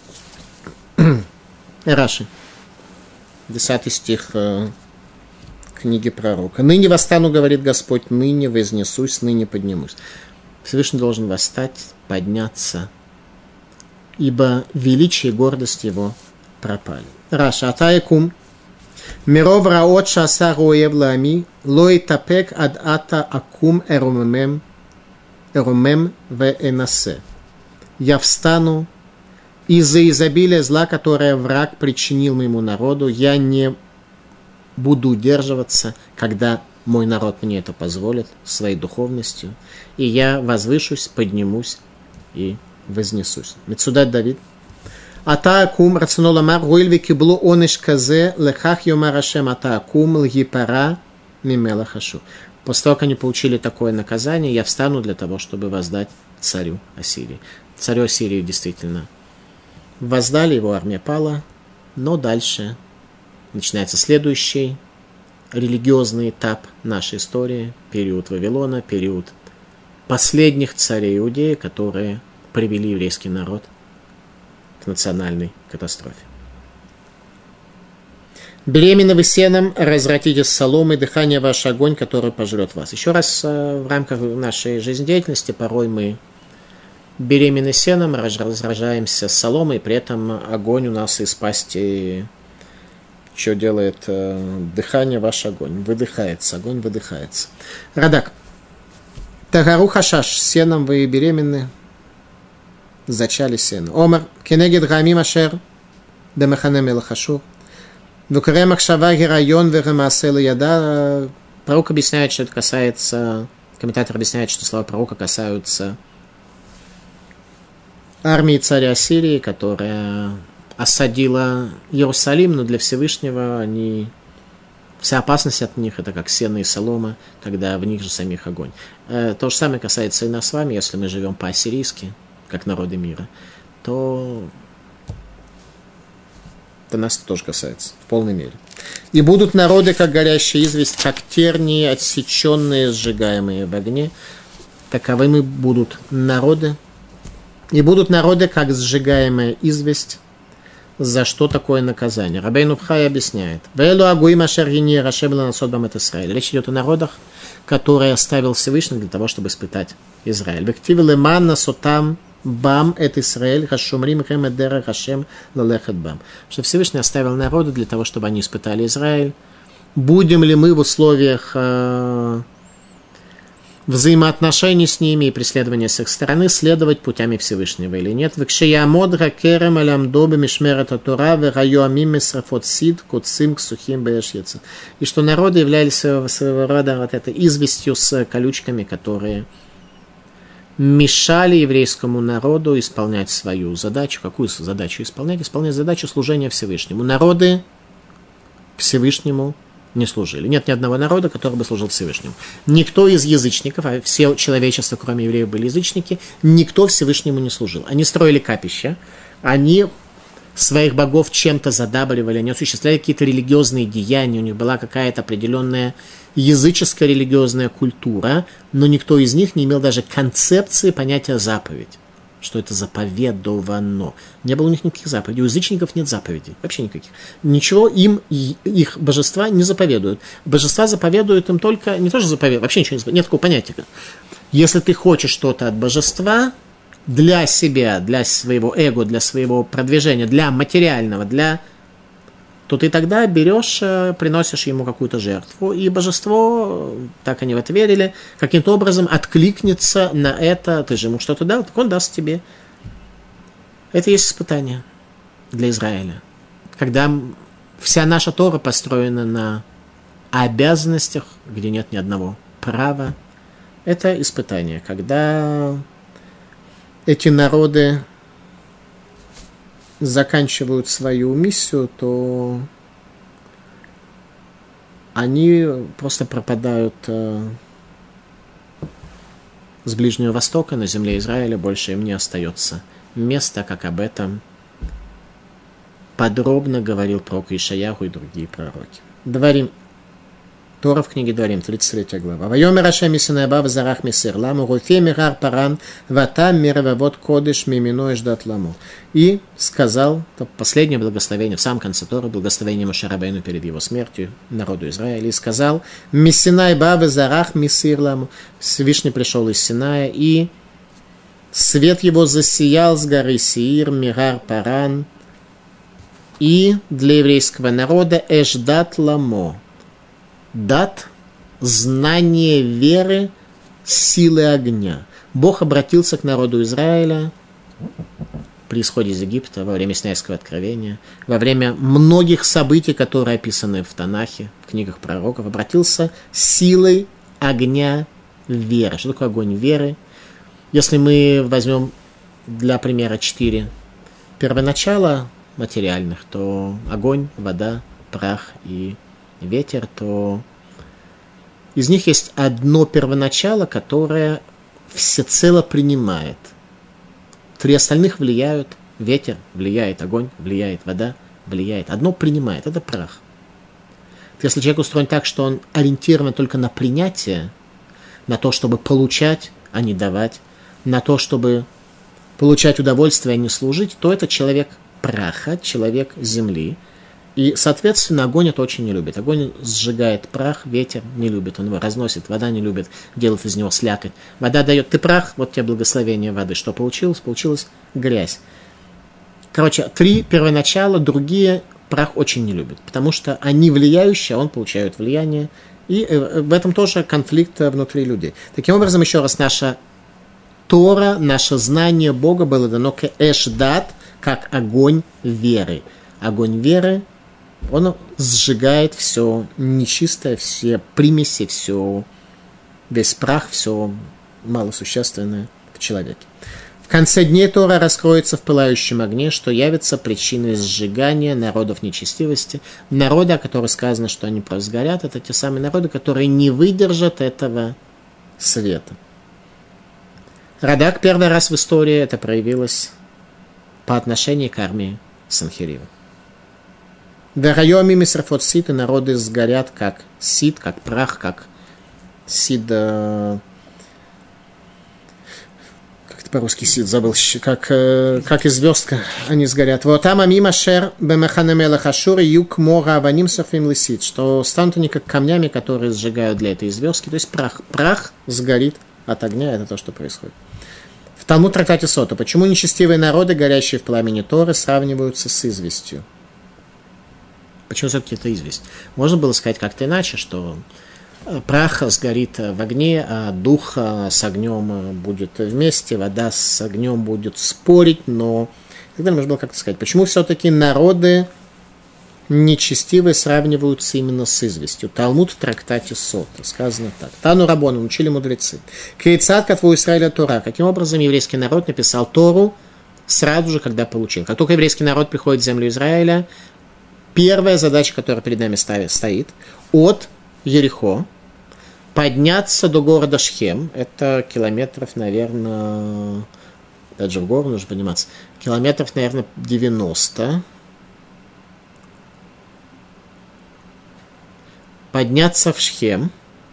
Раши. Десятый стих э, книги пророка. «Ныне восстану, говорит Господь, ныне вознесусь, ныне поднимусь». Всевышний должен восстать, подняться, ибо величие и гордость его пропали. Раша. Атаекум. Миров раот шаса роев лами, лой тапек ад ата акум эрумем, эрумем ве энасе. Я встану из-за изобилия зла, которое враг причинил моему народу, я не буду удерживаться, когда мой народ мне это позволит, своей духовностью, и я возвышусь, поднимусь и вознесусь. Мецудат Давид. Ата акум рацуно ламар гуэль векиблу онеш казе лехах йомар Ашем ата акум лгипара мимела хашу. После того, как они получили такое наказание, я встану для того, чтобы воздать царю Ассирии. Царю Ассирии действительно воздали, его армия пала, но дальше начинается следующий религиозный этап нашей истории, период Вавилона, период последних царей Иудеи, которые привели еврейский народ к национальной катастрофе. Беременны вы сеном, развратитесь соломой, дыхание ваш огонь, который пожрет вас. Еще раз, в рамках нашей жизнедеятельности порой мы беременны сеном, разражаемся соломой, при этом огонь у нас из пасти, что делает дыхание ваш огонь, выдыхается, огонь выдыхается. Радак. Тагару хашаш, сеном вы беременны, зачали сено. Омар, кенегед гамим ашер, бемехане мелахашур. Вукаре махшава герайон веремасел яда. Пророк объясняет, что это касается, комментатор объясняет, что слова пророка касаются армии царя Ассирии, которая осадила Иерусалим, но для Всевышнего они Вся опасность от них – это как сено и солома, когда в них же самих огонь. То же самое касается и нас с вами, если мы живем по-ассирийски, как народы мира, то это нас тоже касается в полной мере. «И будут народы, как горящая известь, как тернии, отсеченные, сжигаемые в огне. Таковыми будут народы. И будут народы, как сжигаемая известь». За что такое наказание? Рабейну Бхай объясняет. Речь идет о народах, которые оставил Всевышний для того, чтобы испытать Израиль. Бам, это Израиль, Хашумрим, Хемедера, Хашем, Лалехет Бам. Что Всевышний оставил народы для того, чтобы они испытали Израиль. Будем ли мы в условиях э, взаимоотношений с ними и преследования с их стороны следовать путями Всевышнего или нет? Векшиямодра керем алямдобе мишмерета тура верайоамим мисрафот сид куцим ксухим бешьеца. И что народы являлись своего, своего рода вот этой известью с колючками, которые мешали еврейскому народу исполнять свою задачу. Какую задачу исполнять? Исполнять задачу служения Всевышнему. Народы Всевышнему не служили. Нет ни одного народа, который бы служил Всевышнему. Никто из язычников, а все человечество, кроме евреев, были язычники, никто Всевышнему не служил. Они строили капища, они своих богов чем-то задабривали, они осуществляли какие-то религиозные деяния, у них была какая-то определенная языческая религиозная культура, но никто из них не имел даже концепции понятия заповедь. Что это заповедовано. Не было у них никаких заповедей. У язычников нет заповедей. Вообще никаких. Ничего им, их божества не заповедуют. Божества заповедуют им только, не то что заповедуют, вообще ничего не заповедуют. Нет такого понятия. Если ты хочешь что-то от божества, для себя, для своего эго, для своего продвижения, для материального, для... то ты тогда берешь, приносишь ему какую-то жертву, и божество, так они в это верили, каким-то образом откликнется на это, ты же ему что-то дал, так он даст тебе. Это есть испытание для Израиля. Когда вся наша Тора построена на обязанностях, где нет ни одного права, это испытание, когда эти народы заканчивают свою миссию, то они просто пропадают э, с Ближнего Востока, на земле Израиля, больше им не остается места, как об этом подробно говорил пророк Ишаяху и другие пророки. Дворим. Тора в книге Дворим, тридцать третья глава. «Вайомер Ашем Синай ба вазарах мисир ламу, гуфей мирар паран, ватам мировод кодыш миминой ждат ламу». И сказал, это последнее благословение, в самом конце Торы, благословение Моше Рабейну перед его смертью, народу Израиля, и сказал, «Мисинай ба вазарах мисир ламу». Всевышний пришел из Синая, и свет его засиял с горы Сеир, мирар паран, и для еврейского народа эждат ламо. Дат – знание веры, силы огня. Бог обратился к народу Израиля при исходе из Египта, во время Синайского откровения, во время многих событий, которые описаны в Танахе, в книгах пророков, обратился силой огня веры. Что такое огонь веры? Если мы возьмем для примера четыре первоначала материальных, то огонь, вода, прах и ветер, то из них есть одно первоначало, которое всецело принимает. Три остальных влияют. Ветер влияет, огонь влияет, вода влияет. Одно принимает, это прах. Если человек устроен так, что он ориентирован только на принятие, на то, чтобы получать, а не давать, на то, чтобы получать удовольствие, а не служить, то это человек праха, человек земли. И, соответственно, огонь это очень не любит. Огонь сжигает прах, ветер не любит, он его разносит, вода не любит, делает из него слякоть. Вода дает, ты прах, вот тебе благословение воды. Что получилось? Получилась грязь. Короче, три первоначала, другие прах очень не любит, потому что они влияющие, а он получает влияние. И в этом тоже конфликт внутри людей. Таким образом, еще раз, наша Тора, наше знание Бога было дано к эшдат, как огонь веры. Огонь веры, он сжигает все нечистое, все примеси, все, весь прах, все малосущественное в человеке. В конце дней Тора раскроется в пылающем огне, что явится причиной сжигания народов нечестивости. Народы, о которых сказано, что они просто сгорят, это те самые народы, которые не выдержат этого света. Радак первый раз в истории это проявилось по отношению к армии Санхерива. Верайоми мисрафот сид, и народы сгорят как сид, как прах, как сид, как это по-русски сид, забыл, как, как и звездка, они сгорят. Вот там амима шер бемеханемела хашур юг мора аваним софим лисид, что станут они как камнями, которые сжигают для этой звездки, то есть прах, прах сгорит от огня, это то, что происходит. В Талмуд трактате Сота. Почему нечестивые народы, горящие в пламени Торы, сравниваются с известью? Почему все-таки это известь? Можно было сказать как-то иначе, что прах сгорит в огне, а дух с огнем будет вместе, вода с огнем будет спорить, но тогда можно было как-то сказать, почему все-таки народы нечестивые сравниваются именно с известью. Талмуд в трактате Сота. Сказано так. Тану Рабону, учили мудрецы. Кейцат катву Исраиля Тора. Каким образом еврейский народ написал Тору сразу же, когда получил. Как только еврейский народ приходит в землю Израиля, первая задача, которая перед нами стоит, от Ерихо подняться до города Шхем. Это километров, наверное, даже в гору нужно подниматься, километров, наверное, девяносто. Подняться в Шхем,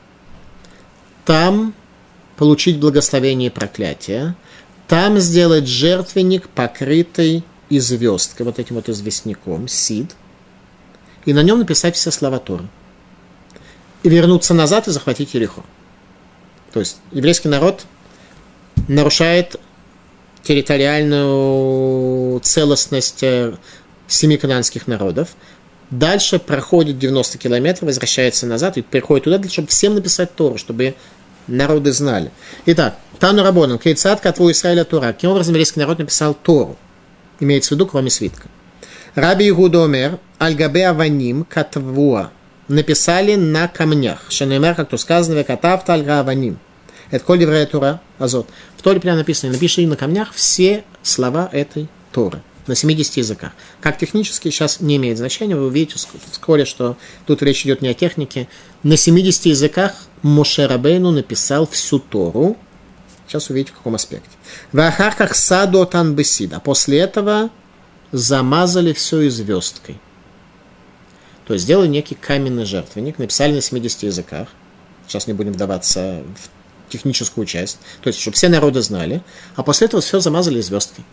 там получить благословение и проклятие, там сделать жертвенник, покрытый известкой, вот этим вот известняком, сид, и на нем написать все слова Торы. И вернуться назад и захватить Ерихо. То есть еврейский народ нарушает территориальную целостность семи кананских народов, дальше проходит девяносто километров, возвращается назад и приходит туда, чтобы всем написать Тору, чтобы народы знали. Итак, Тану Рабоном, Кейцат катву Исраиля Тора. Каким образом еврейский народ написал Тору? Имеется в виду, кроме свитка. Раби Игуда омер, аль-габе аваним катвуа. Написали на камнях. Шанеймер, как то сказано, векатавта аль-га аваним. Это коль еврея Тора, азот. В Торе прямо написано, напиши на камнях все слова этой Торы. На семидесяти языках. Как технически сейчас не имеет значения, вы увидите вскоре, что тут речь идет не о технике. На семидесяти языках Моше Рабейну написал всю Тору. Сейчас увидите, в каком аспекте. Вахарках саду танбесид. А после этого замазали все звездкой. То есть сделали некий каменный жертвенник, написали на семидесяти языках. Сейчас не будем вдаваться в техническую часть. То есть, чтобы все народы знали. А после этого все замазали звездкой.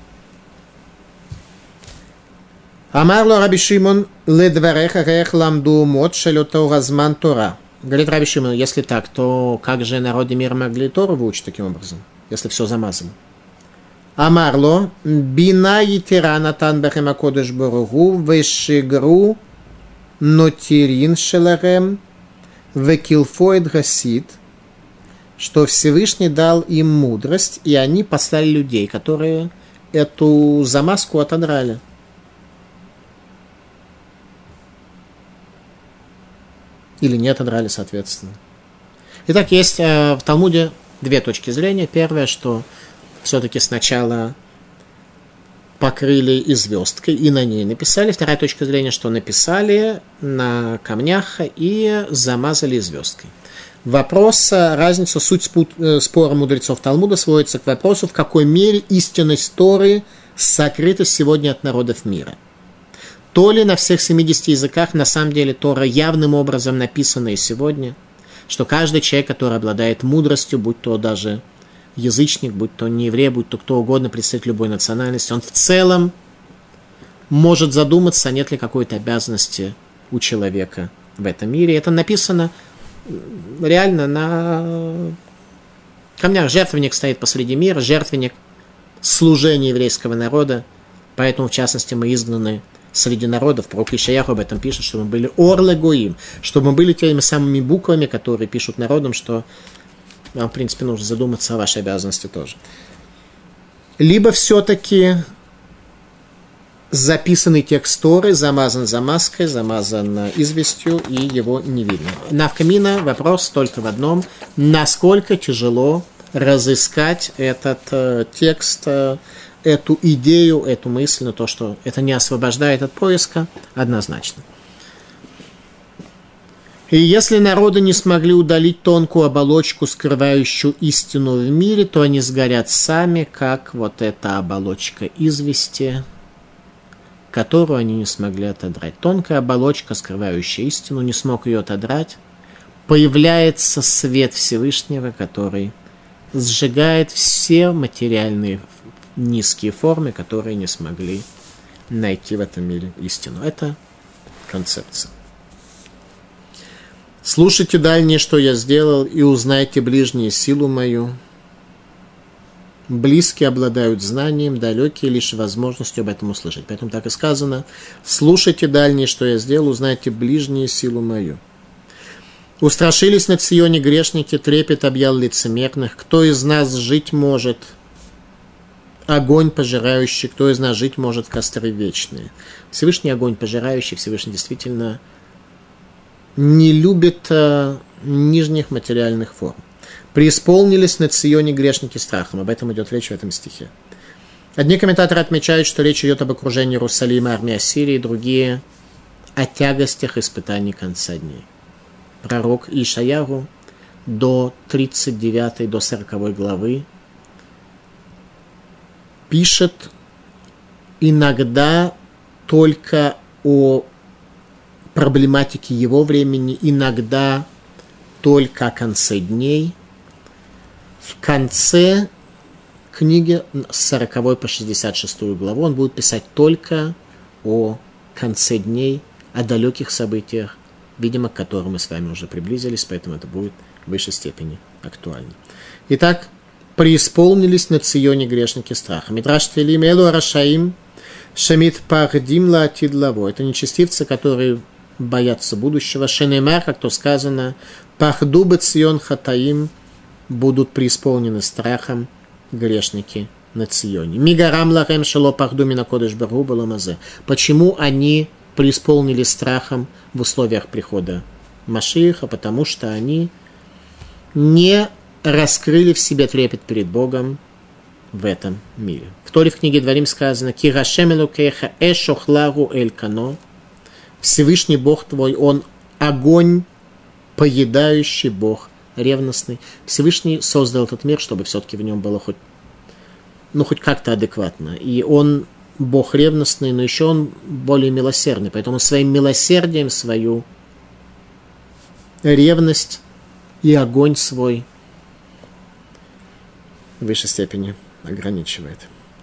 Амарло Раби Шимон ледвареха рех ламду мот шелето газман Тора. Говорит Раби Шимон, если так, то как же народы мира могли Тору выучить таким образом, если все замазано? Амарло бина етира натан бехем акодеш боругу вешигру нотирин шеларем векилфоид гасид, что Всевышний дал им мудрость, и они послали людей, которые эту замазку отодрали. Или не отодрали, соответственно. Итак, есть э, в Талмуде две точки зрения. Первое, что все-таки сначала покрыли и звездкой, и на ней написали. Вторая точка зрения, что написали на камнях и замазали звездкой. Вопрос, разница, суть спора мудрецов Талмуда сводится к вопросу, в какой мере истинность Торы сокрыта сегодня от народов мира. То ли на всех семидесяти языках на самом деле Тора явным образом написана и сегодня, что каждый человек, который обладает мудростью, будь то даже язычник, будь то не еврей, будь то кто угодно, представитель любой национальности, он в целом может задуматься, нет ли какой-то обязанности у человека в этом мире. Это написано реально на камнях. Жертвенник стоит посреди мира, жертвенник служения еврейского народа, поэтому, в частности, мы изгнаны среди народов. Пророк Ишаяху об этом пишет, что мы были орле гоим, чтобы мы были теми самыми буквами, которые пишут народам, что вам, в принципе, нужно задуматься о вашей обязанности тоже. Либо все-таки записанный текст Торы замазан замазкой, замазан известью, и его не видно. Навка мина, вопрос только в одном: насколько тяжело разыскать этот э, текст, э, эту идею, эту мысль, но то, что это не освобождает от поиска, однозначно. И если народы не смогли удалить тонкую оболочку, скрывающую истину в мире, то они сгорят сами, как вот эта оболочка извести, которую они не смогли отодрать. Тонкая оболочка, скрывающая истину, не смог ее отодрать. Появляется свет Всевышнего, который сжигает все материальные низкие формы, которые не смогли найти в этом мире истину. Это концепция. Слушайте дальнее, что я сделал, и узнайте ближние силу мою. Близкие обладают знанием, далекие лишь возможностью об этом услышать. Поэтому так и сказано: слушайте дальнее, что я сделал, узнайте ближние силу мою. Устрашились на Сионе грешники, трепет объял лицемерных. Кто из нас жить может? Огонь пожирающий, кто из нас жить может в костры вечные? Всевышний огонь пожирающий, Всевышний действительно не любит а, нижних материальных форм. Преисполнились на Сионе грешники страхом. Об этом идет речь в этом стихе. Одни комментаторы отмечают, что речь идет об окружении Иерусалима, армии Ассирии, другие о тягостях испытаний конца дней. Пророк Ишаяху до тридцать девятой, до сороковой главы пишет иногда только о проблематике его времени, иногда только о конце дней. В конце книги с сороковой по шестьдесят шестую главу он будет писать только о конце дней, о далеких событиях, видимо, к которым мы с вами уже приблизились, поэтому это будет в высшей степени актуально. Итак, преисполнились на Ционе грешники страха. Мидраш Теилим элу рашаим шамит пахдим лаатид лаво. Это нечестивцы, которые боятся будущего. Шенемар, как то сказано, пахду бе-Цион хатаим, будут преисполнены страхом грешники на Ционе. Мигарам лахем шело пахду мина кодеш бару баламазе. Почему они преисполнились страхом в условиях прихода Машиаха? Потому что они не раскрыли в себе трепет перед Богом в этом мире. В Торе в книге Дворим сказано: «Кирашем элокеха эшохлару эль кано». Всевышний Бог твой, Он огонь, поедающий Бог, ревностный. Всевышний создал этот мир, чтобы все-таки в нем было хоть, ну, хоть как-то адекватно. И Он Бог ревностный, но еще Он более милосердный. Поэтому своим милосердием свою ревность и огонь свой в высшей степени ограничивает.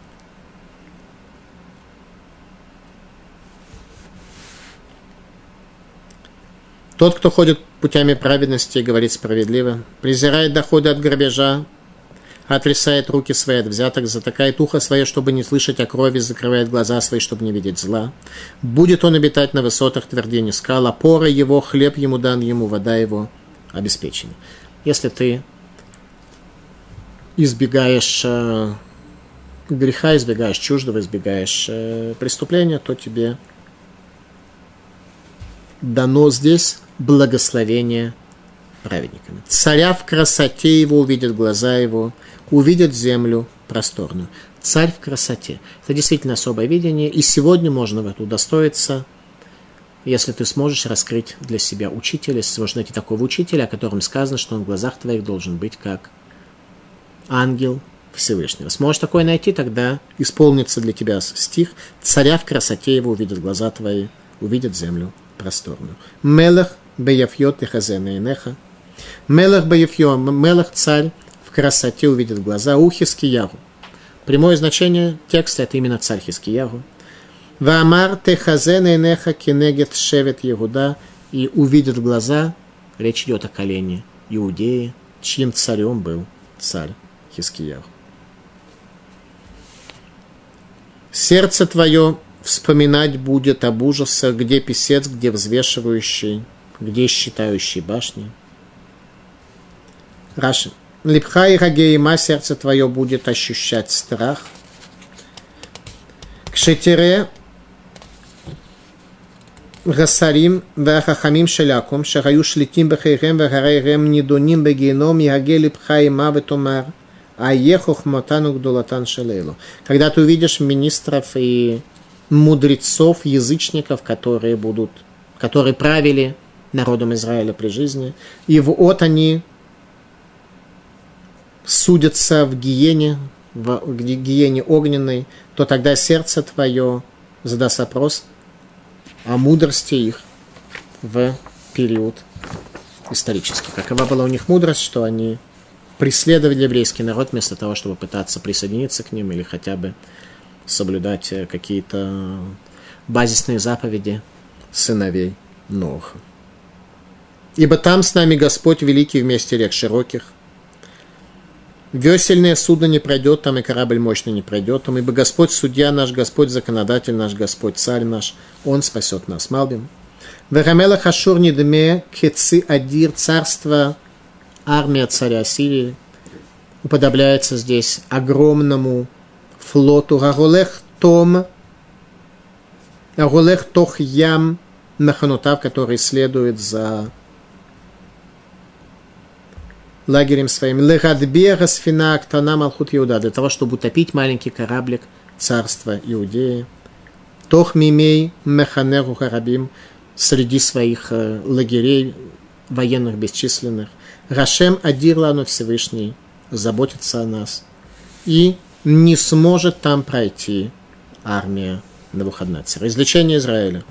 Тот, кто ходит путями праведности и говорит справедливо, презирает доходы от грабежа, отрисает руки свои от взяток, затыкает ухо свое, чтобы не слышать о крови, закрывает глаза свои, чтобы не видеть зла. Будет он обитать на высотах твердыни скал, опора его, хлеб ему дан ему, вода его обеспечена. Если ты избегаешь э, греха, избегаешь чуждого, избегаешь э, преступления, то тебе дано здесь благословение праведниками. Царя в красоте его увидят глаза его, увидят землю просторную. Царь в красоте. Это действительно особое видение, и сегодня можно в это удостоиться, если ты сможешь раскрыть для себя учителя, если сможешь найти такого учителя, о котором сказано, что он в глазах твоих должен быть как ангел Всевышнего. Сможешь такое найти, тогда исполнится для тебя стих: «Царя в красоте его увидят глаза твои, увидят землю просторную». Мелах беяфьот лихазена инеха. Мелах беяфьо, мелах царь в красоте увидит глаза. У Хискиягу. Прямое значение текста — это именно царь Хискиягу. Ваамар техазена инеха кенегет шевет Егуда. И увидит глаза, речь идет о колене Иудеи, чьим царем был царь Хискиягу. Сердце твое вспоминать будет об ужасах, где писец, где взвешивающий, где считающий башни. Раши. Липха и хагеима, сердце твое будет ощущать страх. Кшетере гасарим вахахамим шеляком, шагаю шлитим бехейрем вахарейрем нидоним бегеном, яге липха има ветомар. Аехух мотану гдулатан шелейлу. Когда ты увидишь министров и мудрецов, язычников, которые будут, которые правили народом Израиля при жизни, и вот они судятся в гиене, в гиене огненной, то тогда сердце твое задаст вопрос о мудрости их в период исторический. Какова была у них мудрость, что они преследовали еврейский народ вместо того, чтобы пытаться присоединиться к ним или хотя бы соблюдать какие-то базисные заповеди сыновей Ноха. Ибо там с нами Господь великий вместе рек широких. Весельное судно не пройдет, там и корабль мощный не пройдет, там, ибо Господь судья наш, Господь законодатель наш, Господь царь наш, Он спасет нас. Малбим. Верамела хашур недме кеци адир, царство, армия царя Сирии, уподобляется здесь огромному флоту. Аголех том, аголех тох ям маханутав, который следует за лагерем своим. Лехадбега сфина актана малхут Иуда, для того, чтобы утопить маленький кораблик царства Иудеи. Тох мимей механеру харабим, среди своих лагерей военных бесчисленных. Рашем Адирлану Всевышний заботится о нас. И не сможет там пройти армия Навуходоносора. Извлечение Израиля.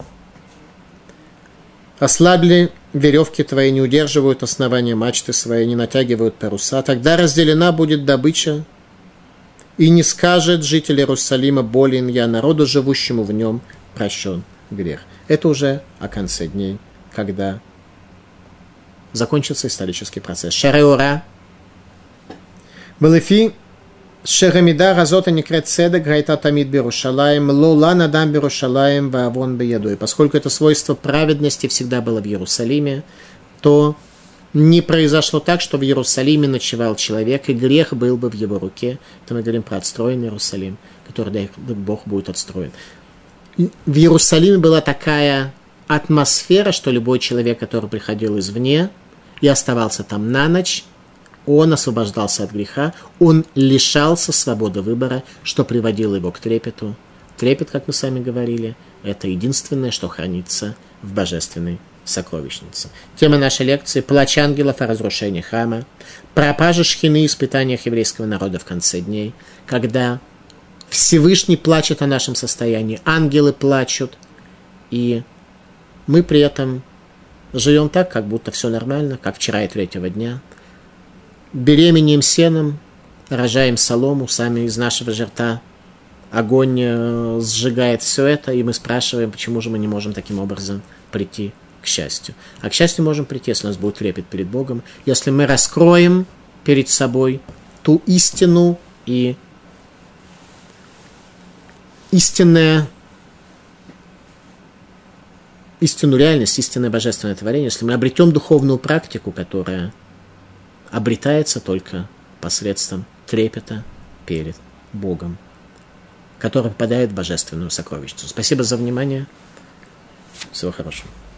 Ослабли веревки твои, не удерживают основания мачты своей, не натягивают паруса. Тогда разделена будет добыча, и не скажет житель Иерусалима: болен я, народу, живущему в нем, прощен грех. Это уже о конце дней, когда закончится исторический процесс. Шареура. Балефи шерамида разота некрет седек гайта тамид берушалаем лола надам берушалаем ваавон беядой. Поскольку это свойство праведности всегда было в Иерусалиме, то не произошло так, что в Иерусалиме ночевал человек, и грех был бы в его руке. Это мы говорим про отстроенный Иерусалим, который, дай Бог, будет отстроен. В Иерусалиме была такая атмосфера, что любой человек, который приходил извне и оставался там на ночь, он освобождался от греха, он лишался свободы выбора, что приводило его к трепету. Трепет, как мы сами говорили, это единственное, что хранится в божественной сокровищнице. Тема нашей лекции – плач ангелов о разрушении храма, пропажа шхины и испытаниях еврейского народа в конце дней, когда Всевышний плачет о нашем состоянии, ангелы плачут, и мы при этом живем так, как будто все нормально, как вчера и третьего дня. Беременеем сеном, рожаем солому, сами из нашего жерта огонь сжигает все это, и мы спрашиваем, почему же мы не можем таким образом прийти к счастью. А к счастью можем прийти, если у нас будет трепет перед Богом, если мы раскроем перед собой ту истину и истинное, истинную реальность, истинное божественное творение, если мы обретем духовную практику, которая обретается только посредством трепета перед Богом, который попадает в божественную сокровищницу. Спасибо за внимание. Всего хорошего.